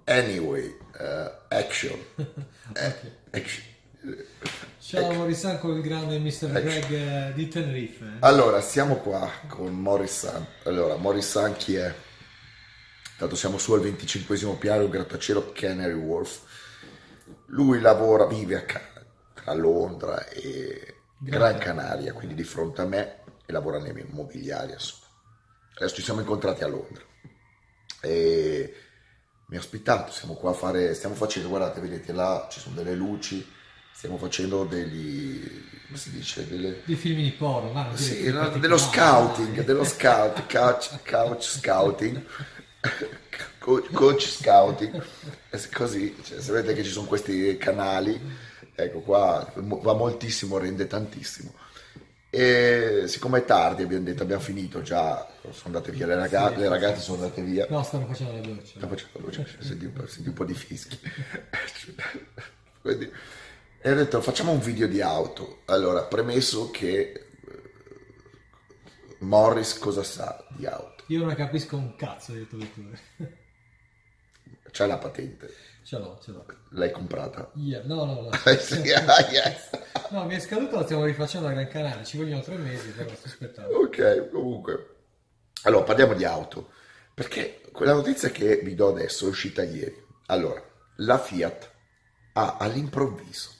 Anyway, action. Ok. Action. Ciao Morisan con il grande Mr. Ecco. Greg di Tenerife. Allora, siamo qua con Morris-san. Allora, Morris-san chi è? Tanto siamo su al 25° piano, il grattacielo Canary Wharf. Lui lavora, vive a Londra e Gran Canaria, quindi di fronte a me, e lavora nell'immobiliare, insomma. Adesso ci siamo incontrati a Londra e mi ha ospitato, siamo qua a fare, stiamo facendo, guardate, vedete là, ci sono delle luci, stiamo facendo come si dice, Di film di porno, ma non dire sì, film no, particolari. dello scout, couch scouting, coach scouting, così, cioè, sapete che ci sono questi canali, ecco qua, va moltissimo, rende tantissimo. E siccome è tardi abbiamo detto, abbiamo finito già, sono andate via le ragazze sono andate via. No, stanno facendo la doccia. Sta facendo luce, senti un po' di fischi. Quindi, e ho detto facciamo un video di auto. Allora, premesso che Morris cosa sa di auto? Io non capisco un cazzo di autovetture. C'è la patente, Ce l'ho. l'hai comprata? Yeah. No. Sì, yes. No, mi è scaduto, la stiamo rifacendo a Gran Canaria. Ci vogliono 3 mesi, però sto aspettando. Ok, comunque. Allora, parliamo di auto, perché quella notizia che vi do adesso è uscita ieri. Allora, la Fiat ha all'improvviso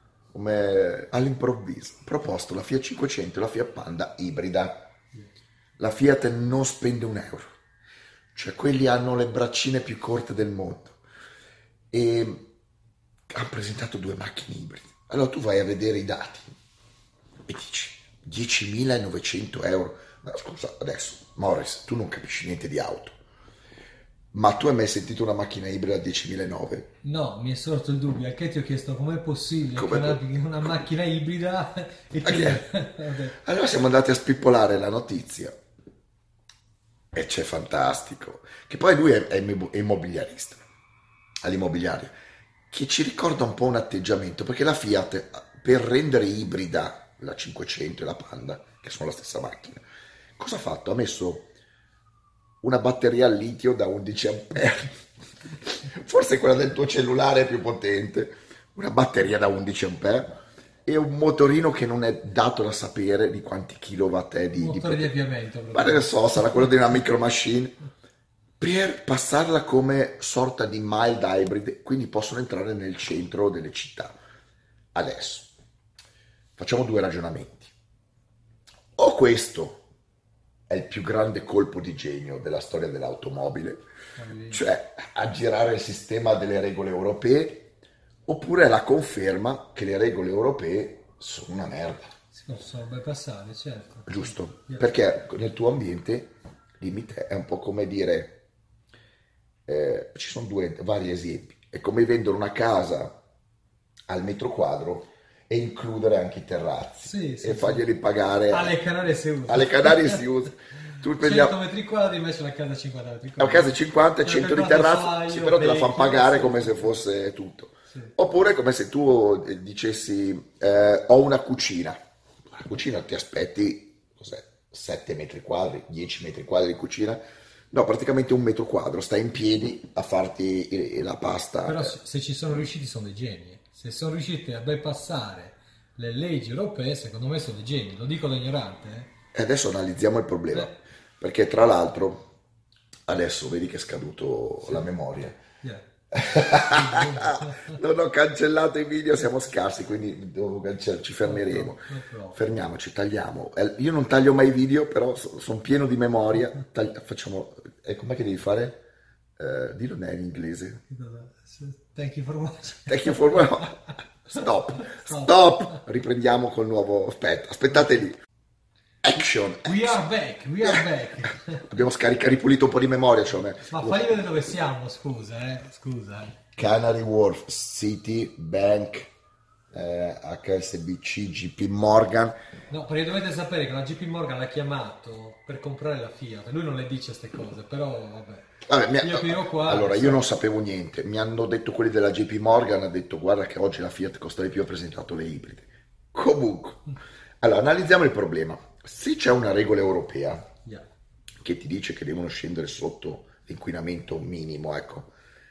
proposto la Fiat 500 e la Fiat Panda ibrida. La Fiat non spende un euro, cioè quelli hanno le braccine più corte del mondo e hanno presentato 2 macchine ibride. Allora tu vai a vedere i dati e dici 10.900 euro. Ma scusa, adesso, Morris, tu non capisci niente di auto, ma tu hai mai sentito una macchina ibrida a 10.900? No, mi è sorto il dubbio, anche ti ho chiesto com'è possibile Come- che una macchina ibrida e Ok. Allora siamo andati a spippolare la notizia e c'è fantastico, che poi lui è immobiliarista, all'immobiliare, che ci ricorda un po' un atteggiamento, perché la Fiat, per rendere ibrida la 500 e la Panda, che sono la stessa macchina, cosa ha fatto? Ha messo una batteria al litio da 11 ampere, forse quella del tuo cellulare è più potente, una batteria da 11 ampere e un motorino che non è dato da sapere di quanti kilowatt è di motore di potenza. avviamento. Ma Proprio. ne so, sarà quello di una micro machine per passarla come sorta di mild hybrid, quindi possono entrare nel centro delle città. Adesso facciamo 2 ragionamenti. O questo è il più grande colpo di genio della storia dell'automobile, cioè aggirare il sistema delle regole europee, oppure è la conferma che le regole europee sono una merda, Si possono bypassare, certo. giusto? Yeah. Perché nel tuo ambiente limite è un po' come dire, ci sono vari esempi, è come vendere una casa al metro quadro e includere anche i terrazzi Sì, e farglieli pagare alle Canarie si usa. alle Canarie si usa. Tu 100 prendiamo metri quadri invece la casa 50 metri a quadri. casa 50 e 100 di terrazzo, sì, però te la fanno pagare sì, come se fosse tutto. Oppure come se tu dicessi ho una cucina. La cucina ti aspetti cos'è? 7 metri quadri, 10 metri quadri di cucina. No, praticamente 1 metro quadro, stai in piedi a farti la pasta. Però se ci sono riusciti sono dei geni. Se sono riusciti a bypassare le leggi europee, secondo me sono dei geni. Lo dico da ignorante. E adesso analizziamo il problema, perché tra l'altro adesso vedi che è scaduto la memoria. Yeah. Non ho cancellato i video, siamo scarsi, quindi ci fermeremo. Fermiamoci, tagliamo. Io non taglio mai i video, però sono pieno di memoria. Facciamo. Com'è che devi fare? Dillo in inglese. Thank you for watching. Thank you for. Stop. Riprendiamo col nuovo. Aspettate lì. Action. We are back. Dobbiamo ripulito un po' di memoria. Cioè, Ma fai vedere dove siamo, scusa. Canary Wharf, City, Bank, HSBC, JP Morgan. No, perché dovete sapere che la JP Morgan l'ha chiamato per comprare la Fiat. Lui non le dice queste cose, però vabbè. Io che ero qua. Allora, io non sapevo niente. Mi hanno detto quelli della JP Morgan, hanno detto guarda che oggi la Fiat costa di più, ha presentato le ibride. Comunque, allora, analizziamo il problema. Se c'è una regola europea che ti dice che devono scendere sotto l'inquinamento minimo, ecco,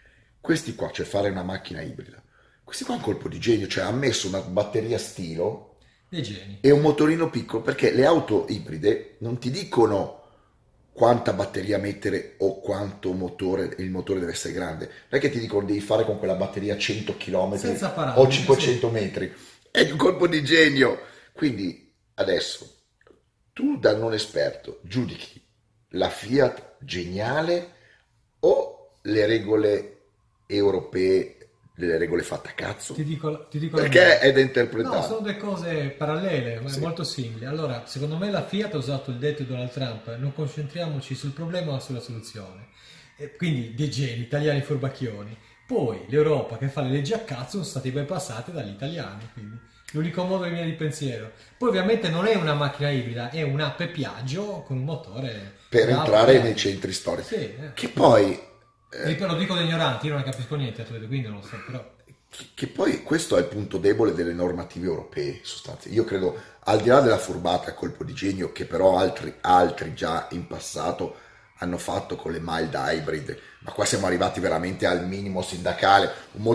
Questi qua, cioè fare una macchina ibrida, questi qua è un colpo di genio, cioè ha messo una batteria stilo dei geni e un motorino piccolo, perché le auto ibride non ti dicono quanta batteria mettere o quanto motore, il motore deve essere grande, non è che ti dicono devi fare con quella batteria 100 km senza o paragoni, 500 metri, è un colpo di genio. Quindi adesso tu da non esperto giudichi la Fiat geniale o le regole europee, le regole fatte a cazzo? Ti dico Perché è da no, interpretare. sono due cose parallele, Sì. molto simili. Allora, secondo me la Fiat ha usato il detto di Donald Trump: non concentriamoci sul problema ma sulla soluzione. E quindi dei geni, italiani furbacchioni. Poi l'Europa che fa le leggi a cazzo sono stati bypassate dagli italiani, quindi l'unico modo di venire di pensiero. Poi ovviamente non è una macchina ibrida, è un'app Piaggio con un motore Per da entrare Piaggio. nei centri storici. Sì, Che poi, lo dico da ignoranti, io non ne capisco niente, quindi non lo so, però... che poi questo è il punto debole delle normative europee, sostanzialmente. Io credo, al di là della furbata a colpo di genio, che però altri già in passato hanno fatto con le mild hybrid, ma qua siamo arrivati veramente al minimo sindacale,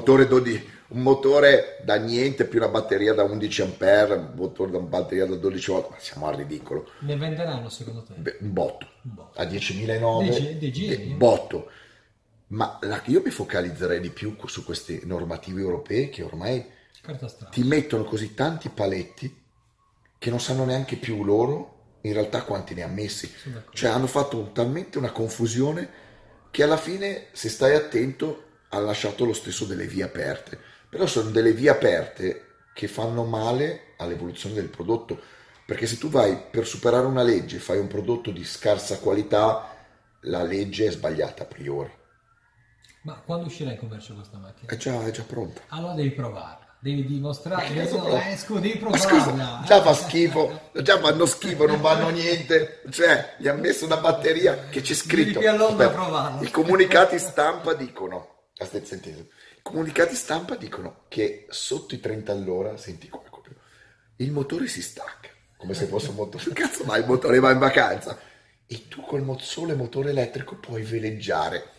un motore da niente più una batteria da 11 ampere, un motore da una batteria da 12 watt, ma siamo al ridicolo. Ne venderanno secondo te? Beh, un botto. Un botto. A 10.009 Dei geni. botto. Ma io mi focalizzerei di più su queste normative europee che ormai Carta strana. ti mettono così tanti paletti che non sanno neanche più loro in realtà quanti ne ha messi. Cioè hanno fatto talmente una confusione che alla fine, se stai attento, ha lasciato lo stesso delle vie aperte. Però sono delle vie aperte che fanno male all'evoluzione del prodotto, perché se tu vai per superare una legge e fai un prodotto di scarsa qualità, la legge è sbagliata a priori. Ma quando uscirà in commercio questa macchina? È già pronta. Allora devi provarla, devi dimostrare, Ma devi Ma scusa, provarla. già fa schifo, già fanno schifo, non vanno niente. Cioè, gli ha messo una batteria che c'è scritto. Vieni qui a Londra a Aspetta, provarlo. i comunicati stampa dicono, sentite, i comunicati stampa dicono che sotto i 30 all'ora, senti qua, il motore si stacca, come se fosse un motore. Cazzo, ma il motore va in vacanza. E tu col sole motore elettrico puoi veleggiare.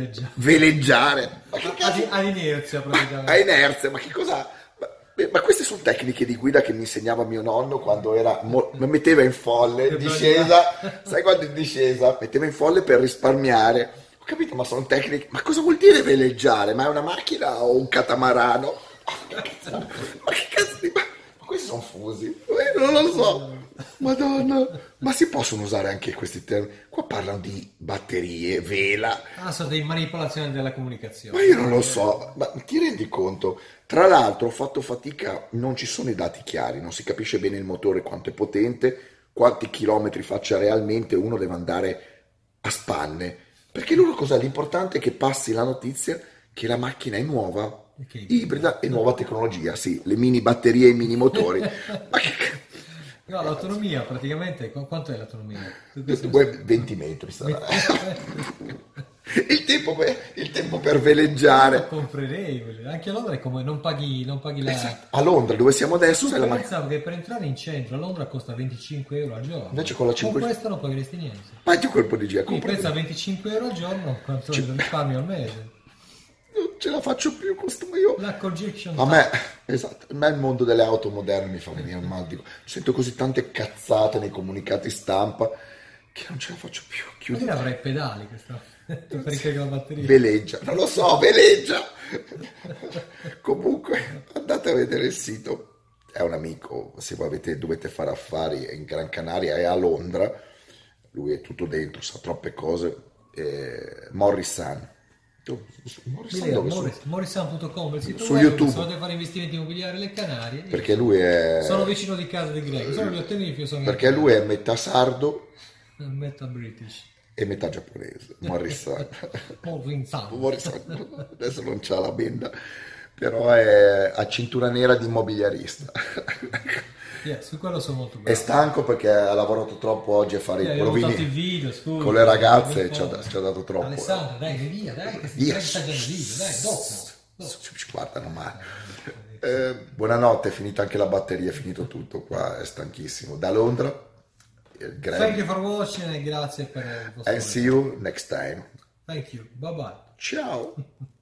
Ma che cazzo? A inerzia praticamente. A inerzia, ma che cosa? Ma queste sono tecniche di guida che mi insegnava mio nonno quando mi metteva in folle in discesa. Sai quando in discesa? Metteva in folle per risparmiare. Ho capito, ma sono tecniche. Ma cosa vuol dire veleggiare? Ma è una macchina o un catamarano? Ma che cazzo di... Ma questi sono fusi. Non lo so. Madonna, ma si possono usare anche questi termini? Qua parlano di batterie, vela. Sono dei manipolazioni della comunicazione. Ma io non lo so, ma ti rendi conto? Tra l'altro ho fatto fatica, non ci sono i dati chiari, non si capisce bene il motore quanto è potente, quanti chilometri faccia realmente, uno deve andare a spanne. Perché loro cos'è? L'importante è che passi la notizia che la macchina è nuova, ibrida e nuova tecnologia, sì, le mini batterie e i mini motori. Ma che... No, l'autonomia praticamente, quanto è l'autonomia? 20 metri sarà. Il tempo per veleggiare. Lo comprerei, anche a Londra è come non paghi la... Esatto. A Londra, dove siamo adesso, Tu pensavo che per entrare in centro a Londra costa 25 euro al giorno. Invece con la 5... Con questo non pagheresti niente. Ma ti colpo di gira. Quindi pensa a 25 euro al giorno, quanto risparmio al mese. Non ce la faccio più con sto io. La congestion. A me il mondo delle auto moderne mi fa venire mal. Sento così tante cazzate nei comunicati stampa che non ce la faccio più. Chiudi. Ma avrai pedali questa per ricaricare la batteria. Veleggia, non lo so, veleggia. Comunque andate a vedere il sito. È un amico, se dovete fare affari in Gran Canaria e a Londra. Lui è tutto dentro, sa troppe cose. Morrisan. Morrisan.com, il sito su web, YouTube. se volete fare investimenti immobiliari alle Canarie, perché lui è... sono vicino di casa di Greg, sono gli otteniti, perché lui è metà sardo, metà british e metà giapponese. Morrisan. Adesso non c'ha la benda, però è a cintura nera di immobiliarista. Su quello sono molto bravo. È stanco perché ha lavorato troppo oggi a fare i provini video, scusa, con le ragazze, ci ha dato troppo. Alessandro, dai che stai facendo video, dai, dopo. Ci guardano male. Buonanotte, è finita anche la batteria, è finito tutto qua, è stanchissimo. Da Londra, thank you for watching e grazie per il vostro and see you next time. Thank you, bye bye. Ciao.